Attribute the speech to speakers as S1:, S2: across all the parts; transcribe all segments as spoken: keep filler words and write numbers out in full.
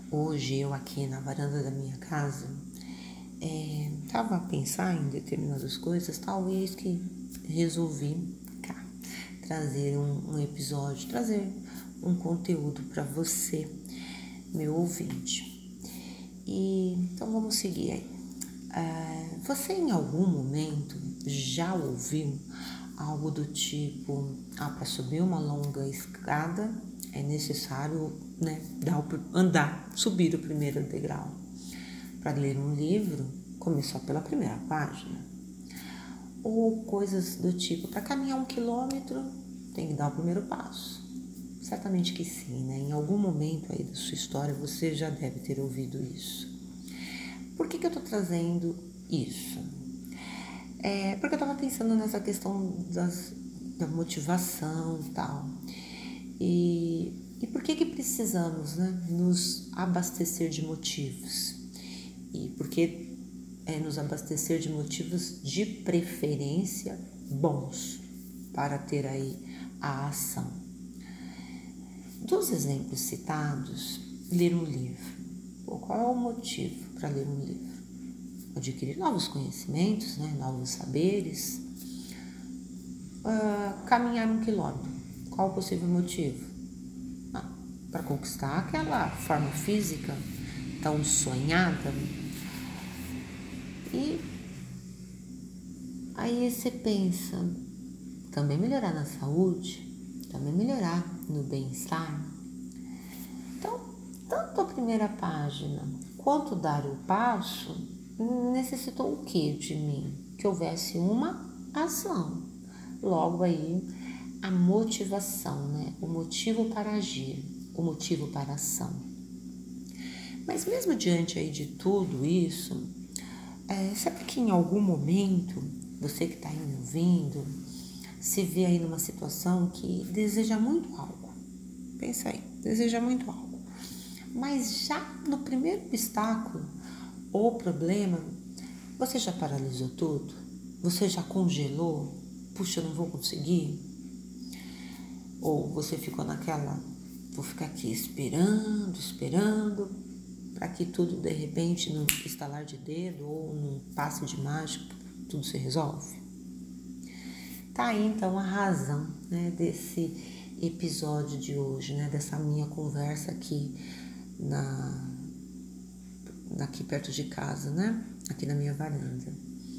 S1: Hoje eu aqui na varanda da minha casa estava é, a pensar em determinadas coisas, talvez que resolvi cá, trazer um, um episódio, trazer um conteúdo para você, meu ouvinte. E então vamos seguir aí. É, você em algum momento já ouviu algo do tipo, ah, para subir uma longa escada é necessário, né, dar o, andar, subir o primeiro degrau. Para ler um livro, começar pela primeira página. Ou coisas do tipo, para caminhar um quilômetro, tem que dar o primeiro passo. Certamente que sim, né? Em algum momento aí da sua história você já deve ter ouvido isso. Por que que eu tô trazendo isso? É porque eu tava pensando nessa questão das, da motivação e tal. E, e por que que precisamos, né, nos abastecer de motivos? E por que é, nos abastecer de motivos de preferência bons para ter aí a ação? Dos exemplos citados, ler um livro. Pô, qual é o motivo para ler um livro? Adquirir novos conhecimentos, né, novos saberes. Uh, caminhar um quilômetro. Qual o possível motivo? Ah, para conquistar aquela forma física tão sonhada. E aí você pensa, também melhorar na saúde, também melhorar no bem-estar. Então, tanto a primeira página quanto dar o passo necessitou o que de mim? Que houvesse uma ação. Logo aí, a motivação, né? O motivo para agir, o motivo para a ação. Mas mesmo diante aí de tudo isso, é, sabe que em algum momento, você que está aí me ouvindo, se vê aí numa situação que deseja muito algo. Pensa aí, deseja muito algo. Mas já no primeiro obstáculo ou problema, você já paralisou tudo? Você já congelou? Puxa, eu não vou conseguir? Ou você ficou naquela, vou ficar aqui esperando, esperando, para que tudo de repente, num estalar de dedo ou num passe de mágica, tudo se resolve? Tá aí então a razão, né, desse episódio de hoje, né, dessa minha conversa aqui na, aqui perto de casa, né, aqui na minha varanda.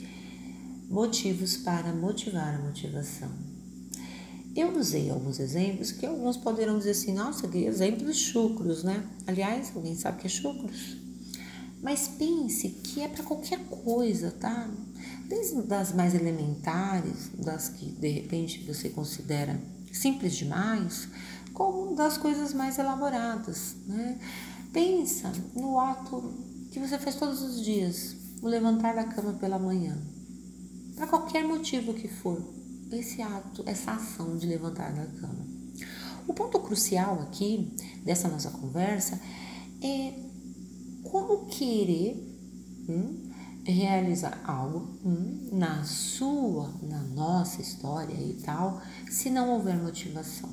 S1: Motivos para motivar a motivação. Eu usei alguns exemplos que alguns poderão dizer assim, nossa, que exemplos chucros, né? Aliás, alguém sabe o que é chucros? Mas pense que é para qualquer coisa, tá? Desde das mais elementares, das que de repente você considera simples demais, como das coisas mais elaboradas, né? Pensa no ato que você faz todos os dias, o levantar da cama pela manhã. Para qualquer motivo que for, esse ato, essa ação de levantar da cama. O ponto crucial aqui dessa nossa conversa é como querer hum, realizar algo hum, na sua, na nossa história e tal, se não houver motivação.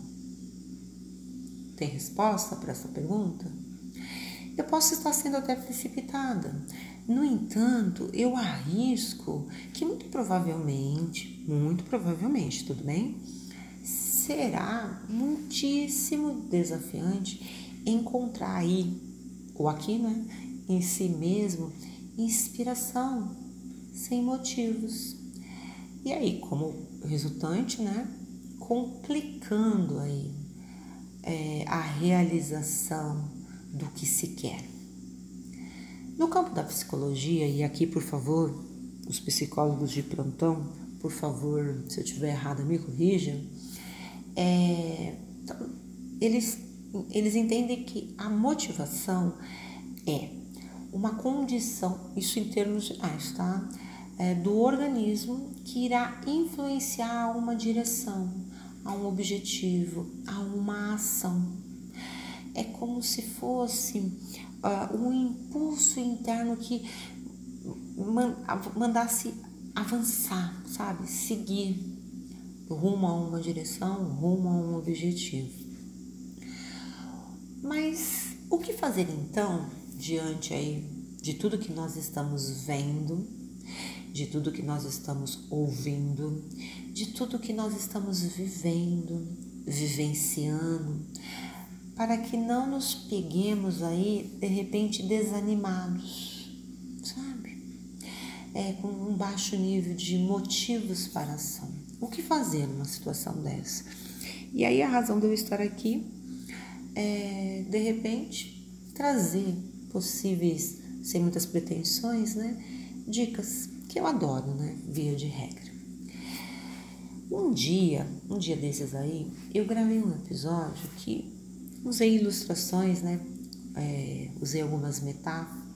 S1: Tem resposta para essa pergunta? Eu posso estar sendo até precipitada. No entanto, eu arrisco que muito provavelmente, muito provavelmente, tudo bem? Será muitíssimo desafiante encontrar aí, ou aqui, né, em si mesmo, inspiração, sem motivos. E aí, como resultante, né, complicando aí é, a realização do que se quer. No campo da psicologia, e aqui, por favor, os psicólogos de plantão, por favor, se eu estiver errada, me corrijam, é, eles, eles entendem que a motivação é uma condição, isso em termos gerais, tá? É, do organismo que irá influenciar a uma direção, a um objetivo, a uma ação. É como se fosse uh, um impulso interno que man, mandasse avançar, sabe? Seguir rumo a uma direção, rumo a um objetivo. Mas O que fazer então diante aí de tudo que nós estamos vendo, de tudo que nós estamos ouvindo, de tudo que nós estamos vivendo, vivenciando, para que não nos peguemos aí de repente desanimados, sabe? É, com um baixo nível de motivos para a ação. O que fazer numa situação dessa? E aí a razão de eu estar aqui é, de repente, trazer possíveis, sem muitas pretensões, né, dicas que eu adoro, né, via de regra. Um dia, um dia desses aí, eu gravei um episódio que usei ilustrações, né, é, usei algumas metáforas,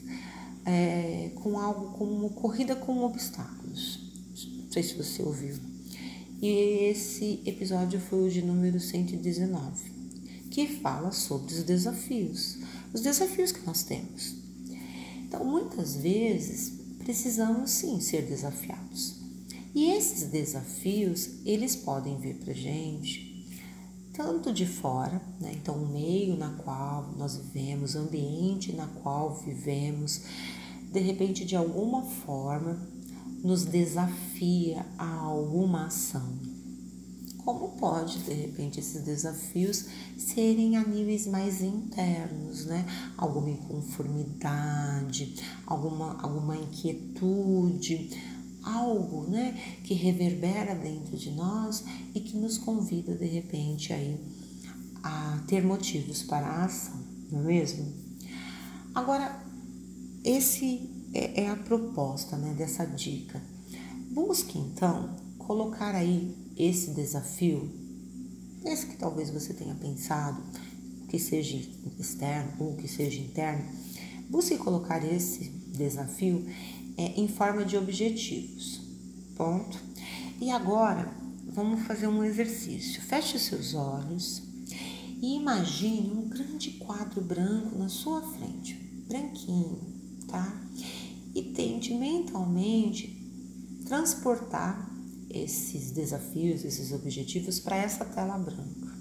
S1: é, com algo como corrida com obstáculos. Não sei se você ouviu. E esse episódio foi o de número cento e dezenove, que fala sobre os desafios, os desafios que nós temos. Então, muitas vezes, precisamos sim ser desafiados. E esses desafios, eles podem vir pra gente tanto de fora, né? Então o meio na qual nós vivemos, o ambiente na qual vivemos, de repente de alguma forma nos desafia a alguma ação. Como pode, de repente, esses desafios serem a níveis mais internos, né? Alguma inconformidade, alguma, alguma inquietude, algo, né, que reverbera dentro de nós e que nos convida, de repente, aí, a ter motivos para a ação, não é mesmo? Agora, esse é, é a proposta, né, dessa dica. Busque, então, colocar aí esse desafio, esse que talvez você tenha pensado, que seja externo ou que seja interno, busque colocar esse desafio é, em forma de objetivos, ponto. E agora, vamos fazer um exercício. Feche os seus olhos e imagine um grande quadro branco na sua frente, branquinho, tá? E tente mentalmente transportar esses desafios, esses objetivos para essa tela branca.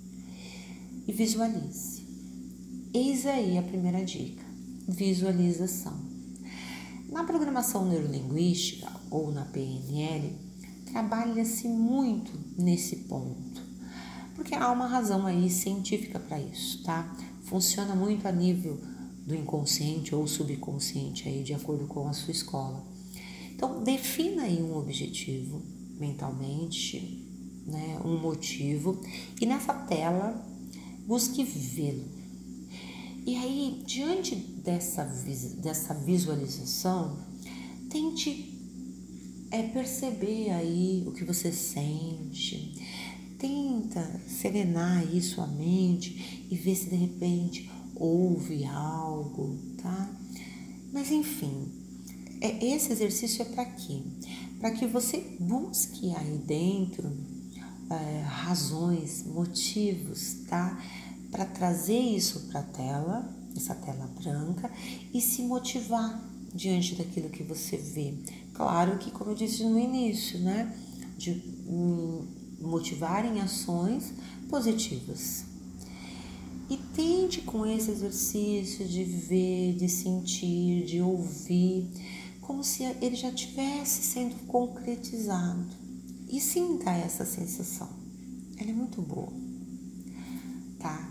S1: E visualize. Eis aí a primeira dica, visualização. Na programação neurolinguística ou na P N L, trabalha-se muito nesse ponto, porque há uma razão aí científica para isso, tá? Funciona muito a nível do inconsciente ou subconsciente aí, de acordo com a sua escola. Então, defina aí um objetivo mentalmente, né, um motivo, e nessa tela busque vê-lo. E aí, diante dessa, dessa visualização, tente é, perceber aí o que você sente, tenta serenar aí sua mente e ver se de repente ouve algo, tá? Mas enfim, é, esse exercício é para quê? Para que você busque aí dentro é, razões, motivos, tá? Para trazer isso para a tela, essa tela branca, e se motivar diante daquilo que você vê. Claro que, como eu disse no início, né, de hum, motivar em ações positivas. E tente com esse exercício de ver, de sentir, de ouvir, como se ele já estivesse sendo concretizado. E sinta essa sensação. Ela é muito boa, tá?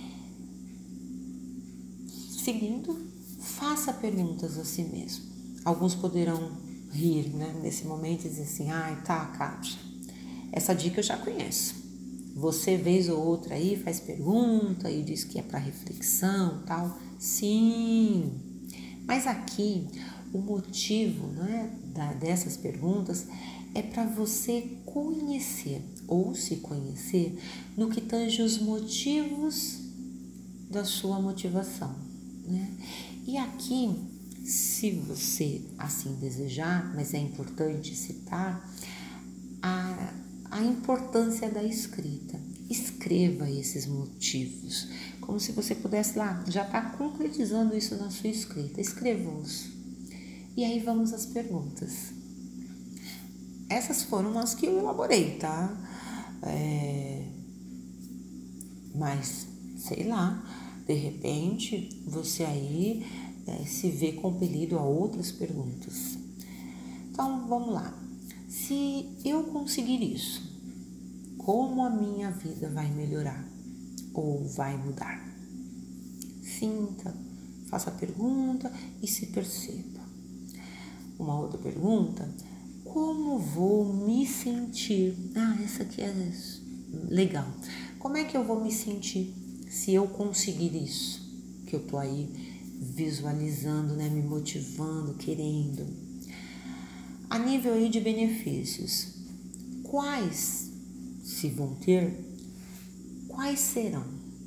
S1: Seguindo, faça perguntas a si mesmo. Alguns poderão rir, né, nesse momento e dizer assim, ai, tá, Kátia, essa dica eu já conheço. Você, vez ou outra aí, faz pergunta e diz que é para reflexão e tal. Sim, mas aqui o motivo, né, da, dessas perguntas é para você conhecer ou se conhecer no que tange os motivos da sua motivação, né? E aqui, se você assim desejar, mas é importante citar a, a importância da escrita. Escreva esses motivos, como se você pudesse lá, já está concretizando isso na sua escrita. Escreva-os. E aí vamos às perguntas. Essas foram as que eu elaborei, tá? É... Mas, sei lá, De repente, você aí é, se vê compelido a outras perguntas. Então, vamos lá. Se eu conseguir isso, como a minha vida vai melhorar ou vai mudar? Sinta, faça a pergunta e se perceba. Uma outra pergunta: como vou me sentir? Ah, essa aqui é legal. Como é que eu vou me sentir se eu conseguir isso? Que eu tô aí visualizando, né, me motivando, querendo. A nível aí de benefícios, quais, se vão ter, quais serão?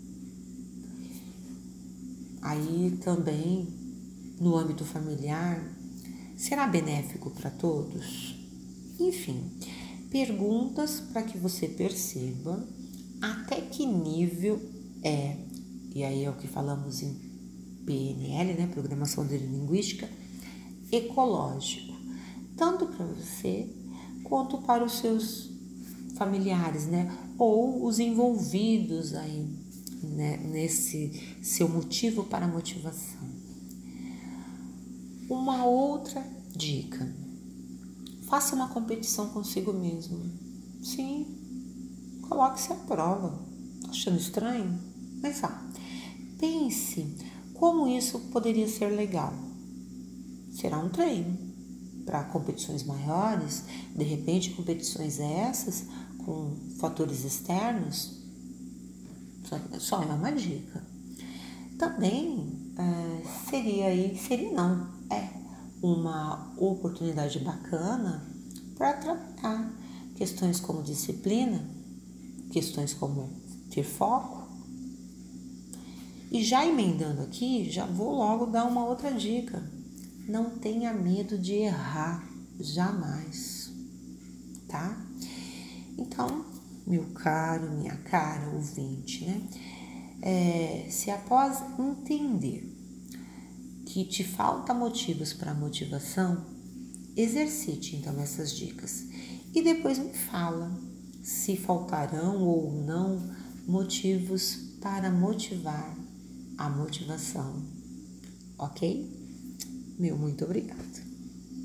S1: Aí também, no âmbito familiar, será benéfico para todos? Enfim, perguntas para que você perceba até que nível é, e aí é o que falamos em P N L, né, Programação Neurolinguística, ecológico, tanto para você quanto para os seus familiares, né, ou os envolvidos aí, né, nesse seu motivo para a motivação. Uma outra dica: faça uma competição consigo mesmo. Sim, coloque-se à prova. Tá achando estranho? Mas vá, pense como isso poderia ser legal. Será um treino para competições maiores, de repente competições essas com fatores externos. Só é uma dica. Também é, seria aí, seria não, é uma oportunidade bacana para tratar questões como disciplina, questões como ter foco. E já emendando aqui, já vou logo dar uma outra dica. Não tenha medo de errar, jamais, tá? Então, meu caro, minha cara ouvinte, né? É, se após entender que te falta motivos para a motivação, exercite então essas dicas e depois me fala se faltarão ou não motivos para motivar a motivação, ok? Meu muito obrigado.